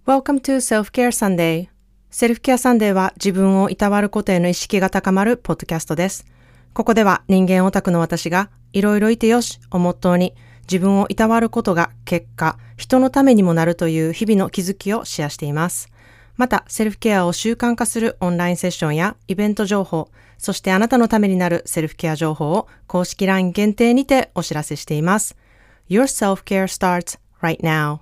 Welcome to Self-Care Sunday. セルフケアサンデーは自分をいたわることへの意識が高まるポッドキャストです。ここでは人間オタクの私がいろいろいてよしをモットーに自分をいたわることが結果、人のためにもなるという日々の気づきをシェアしています。また、セルフケアを習慣化するオンラインセッションやイベント情報、そしてあなたのためになるセルフケア情報を公式 LINE 限定にてお知らせしています。Your self-care starts right now.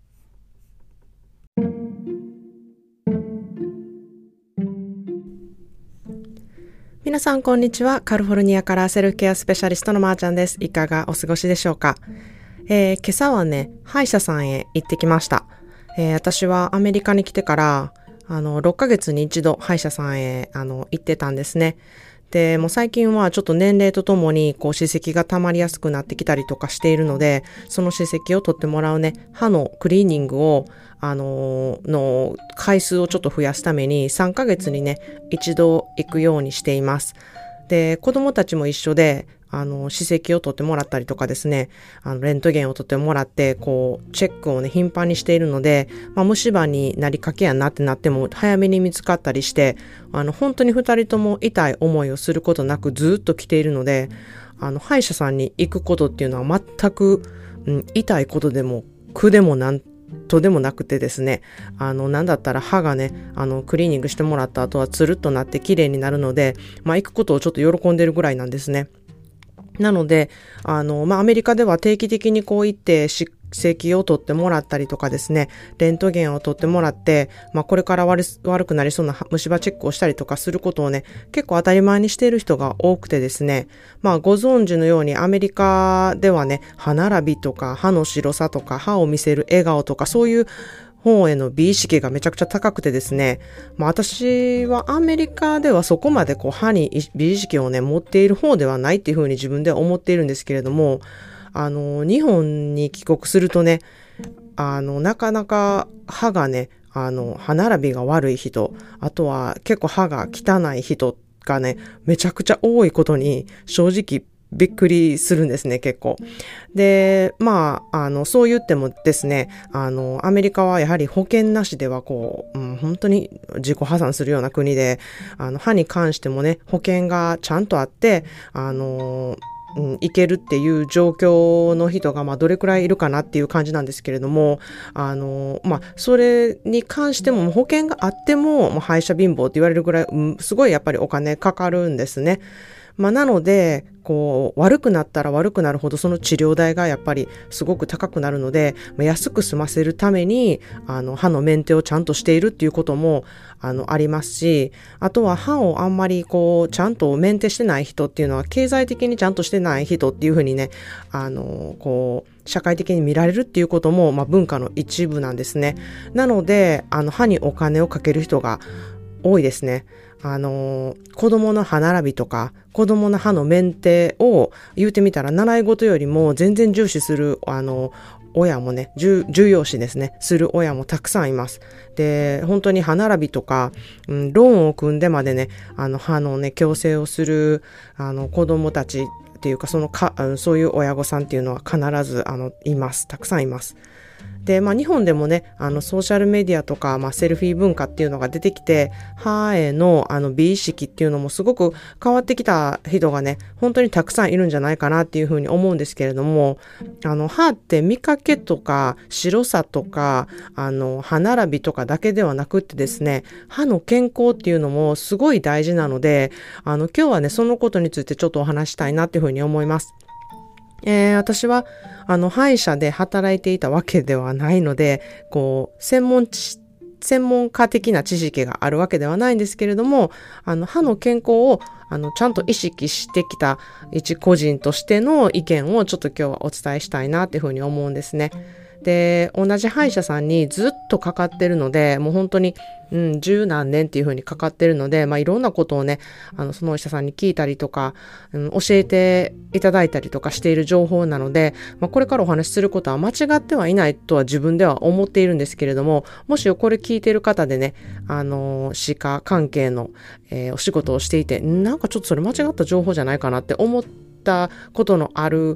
皆さんこんにちは。カリフォルニアからセルフケアスペシャリストのまーちゃんです。いかがお過ごしでしょうか。今朝はね、歯医者さんへ行ってきました。私はアメリカに来てから6ヶ月に一度歯医者さんへ行ってたんですね。で、もう最近はちょっと年齢とともに歯石が溜まりやすくなってきたりとかしているので、その歯石を取ってもらうね、歯のクリーニングをの回数をちょっと増やすために3ヶ月にね、一度行くようにしています。で、子供たちも一緒で歯石を取ってもらったりとかですね、レントゲンを取ってもらって、チェックをね、頻繁にしているので、虫歯になりかけやなってなっても、早めに見つかったりして、本当に2人とも痛い思いをすることなくずっと来ているので、歯医者さんに行くことっていうのは全く、痛いことでも、苦でもなんとでもなくてですね、なんだったら歯がね、クリーニングしてもらった後はツルッとなって綺麗になるので、行くことをちょっと喜んでるぐらいなんですね。なので、アメリカでは定期的に行って歯石を取ってもらったりとかですね、レントゲンを取ってもらって、これから悪くなりそうな虫歯チェックをしたりとかすることをね、結構当たり前にしている人が多くてですね、ご存知のようにアメリカではね、歯並びとか歯の白さとか歯を見せる笑顔とかそういう方への美意識がめちゃくちゃ高くてですね、私はアメリカではそこまで歯に美意識をね持っている方ではないっていうふうに自分では思っているんですけれども、日本に帰国するとね、なかなか歯がね、歯並びが悪い人、あとは結構歯が汚い人がね、めちゃくちゃ多いことに正直びっくりするんですね、結構。で、そう言ってもですね、アメリカはやはり保険なしでは本当に自己破産するような国で、歯に関してもね、保険がちゃんとあって、いけるっていう状況の人がどれくらいいるかなっていう感じなんですけれども、それに関しても保険があっても、歯医者貧乏って言われるぐらい、すごいやっぱりお金かかるんですね。なので、悪くなったら悪くなるほどその治療代がやっぱりすごく高くなるので、安く済ませるために、歯のメンテをちゃんとしているっていうことも、ありますし、あとは歯をあんまりちゃんとメンテしてない人っていうのは、経済的にちゃんとしてない人っていうふうにね、社会的に見られるっていうことも、文化の一部なんですね。なので、歯にお金をかける人が多いですね。子供の歯並びとか子供の歯のメンテを言うてみたら習い事よりも全然重視する親もね、重要視ですねする親もたくさんいます。で、本当に歯並びとか、ローンを組んでまでね、歯のね矯正をする子供たちっていうか、そういう親御さんっていうのは必ずいます。たくさんいます。で、日本でもね、ソーシャルメディアとか、セルフィー文化っていうのが出てきて、歯への美意識っていうのもすごく変わってきた人がね、本当にたくさんいるんじゃないかなっていうふうに思うんですけれども、歯って見かけとか白さとか、歯並びとかだけではなくってですね、歯の健康っていうのもすごい大事なので、今日はね、そのことについてちょっとお話したいなっていうふうに思います。私は歯医者で働いていたわけではないので、専門家的な知識があるわけではないんですけれども、歯の健康をちゃんと意識してきた一個人としての意見をちょっと今日はお伝えしたいなっていうふうに思うんですね。で、同じ歯医者さんにずっとかかってるので、もう本当に、十何年っていう風にかかってるので、いろんなことをね、そのお医者さんに聞いたりとか、教えていただいたりとかしている情報なので、これからお話しすることは間違ってはいないとは自分では思っているんですけれども、もしこれ聞いてる方でね、歯科関係の、お仕事をしていて、なんかちょっとそれ間違った情報じゃないかなって思ったことのある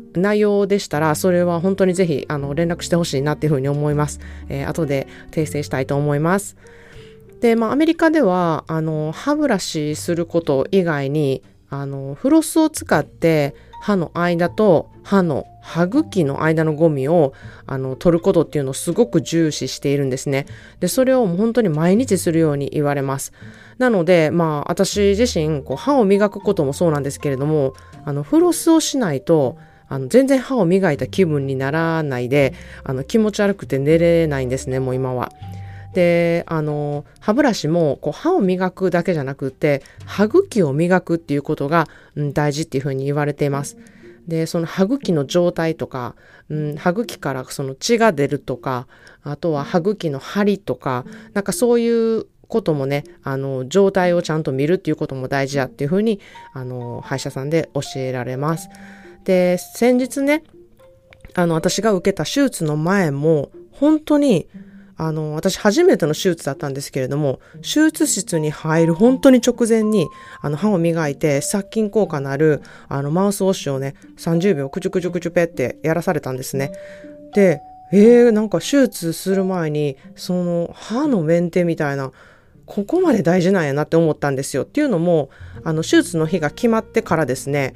内容でしたら、それは本当にぜひ連絡してほしいなっていうふうに思います。後で訂正したいと思います。で、アメリカでは歯ブラシすること以外にフロスを使って歯の間と歯茎の間のゴミを取ることっていうのをすごく重視しているんですね。で、それを本当に毎日するように言われます。なので、私自身歯を磨くこともそうなんですけれども、フロスをしないと全然歯を磨いた気分にならないで気持ち悪くて寝れないんですね、もう今は。で、歯ブラシも歯を磨くだけじゃなくて歯茎を磨くっていうことが、大事っていうふうに言われています。で、その歯茎の状態とか、歯茎からその血が出るとか、あとは歯茎の張りとか、なんかそういうこともね、状態をちゃんと見るっていうことも大事だっていうふうに歯医者さんで教えられます。で、先日ね、私が受けた手術の前も本当に私初めての手術だったんですけれども、手術室に入る本当に直前に歯を磨いて殺菌効果のあるマウスウォッシュをね30秒クチュクチュクチュペってやらされたんですね。で、なんか手術する前にその歯のメンテみたいなここまで大事なんやなって思ったんですよ。っていうのも手術の日が決まってからですね、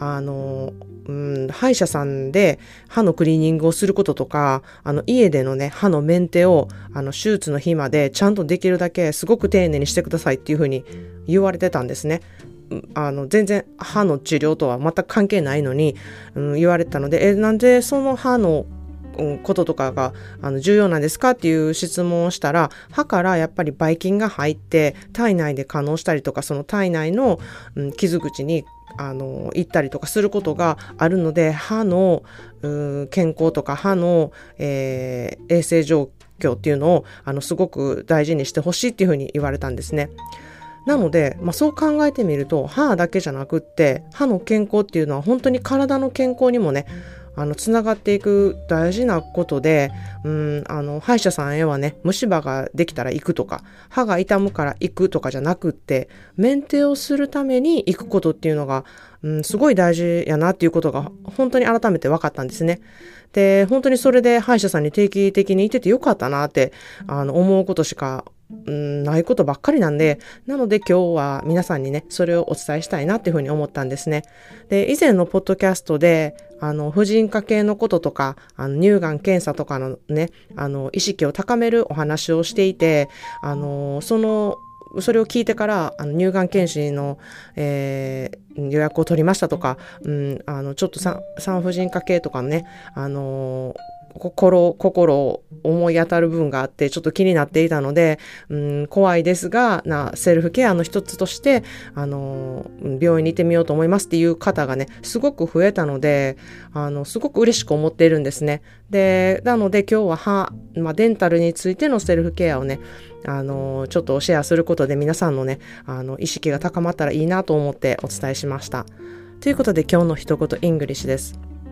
歯医者さんで歯のクリーニングをすることとか家でのね歯のメンテを手術の日までちゃんとできるだけすごく丁寧にしてくださいっていうふうに言われてたんですね。全然歯の治療とは全く関係ないのに、言われたので、なんでその歯のこととかが重要なんですかっていう質問をしたら、歯からやっぱりばい菌が入って体内で化膿したりとか、その体内の、傷口に行ったりとかすることがあるので、歯の健康とか歯の、衛生状況っていうのをすごく大事にしてほしいっていうふうに言われたんですね。なので、そう考えてみると歯だけじゃなくって歯の健康っていうのは本当に体の健康にもねつながっていく大事なことで、歯医者さんへはね虫歯ができたら行くとか歯が痛むから行くとかじゃなくって、メンテをするために行くことっていうのが、すごい大事やなっていうことが本当に改めて分かったんですね。で、本当にそれで歯医者さんに定期的に行っててよかったなって思うことしかないことばっかりなんで、なので今日は皆さんにねそれをお伝えしたいなっていうふうに思ったんですね。で、以前のポッドキャストで婦人科系のこととか乳がん検査とかのね意識を高めるお話をしていて、それを聞いてから乳がん検診の、予約を取りましたとか、ちょっと産婦人科系とかね心を思い当たる部分があってちょっと気になっていたので、怖いですがセルフケアの一つとして病院に行ってみようと思いますっていう方がねすごく増えたので、すごく嬉しく思っているんですね。で、なので今日はデンタルについてのセルフケアをねちょっとシェアすることで皆さんのね意識が高まったらいいなと思ってお伝えしました。ということで今日の一言イングリッシュです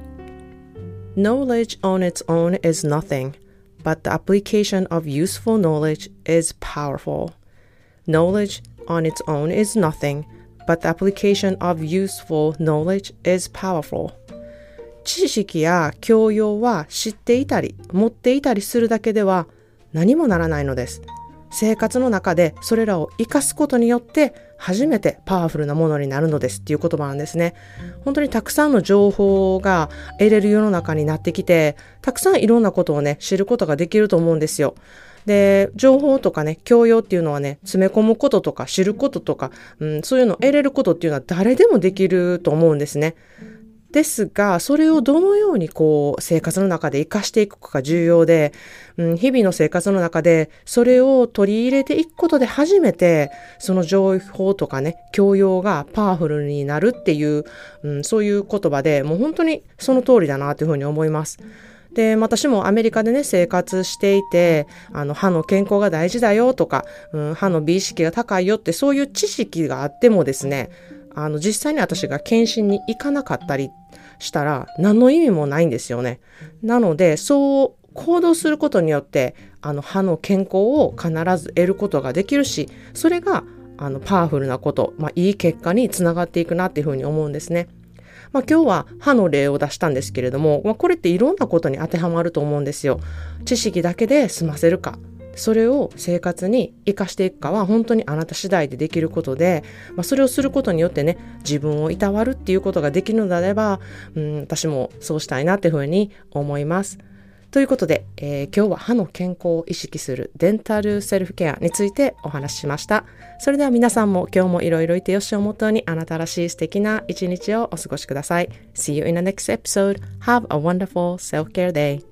。Knowledge on its own is nothing, but the application of useful knowledge is powerful. Knowledge on its own is nothing, but the application of useful knowledge is powerful. 知識や教養は知っていたり持っていたりするだけでは何もならないのです。生活の中でそれらを生かすことによって初めてパワフルなものになるのですっていう言葉なんですね。本当にたくさんの情報が得れる世の中になってきて、たくさんいろんなことをね知ることができると思うんですよ。で、情報とかね教養っていうのはね詰め込むこととか知ることとか、そういうのを得れることっていうのは誰でもできると思うんですね。ですが、それをどのように生活の中で活かしていくかが重要で、日々の生活の中でそれを取り入れていくことで初めてその情報とかね教養がパワフルになるっていう、そういう言葉でもう本当にその通りだなというふうに思います。で、私もアメリカでね生活していて歯の健康が大事だよとか、歯の美意識が高いよってそういう知識があってもですね、実際に私が検診に行かなかったりしたら何の意味もないんですよね。なのでそう行動することによって歯の健康を必ず得ることができるし、それがパワフルなこと、いい結果につながっていくなっていうふうに思うんですね。 今日は歯の例を出したんですけれども、これっていろんなことに当てはまると思うんですよ。知識だけで済ませるか、それを生活に生かしていくかは本当にあなた次第でできることで、それをすることによってね、自分をいたわるっていうことができるのであれば、私もそうしたいなっていうふうに思います。ということで、今日は歯の健康を意識するデンタルセルフケアについてお話ししました。それでは皆さんも今日もいろいろいてよしをもとにあなたらしい素敵な一日をお過ごしください。See you in the next episode. Have a wonderful self-care day.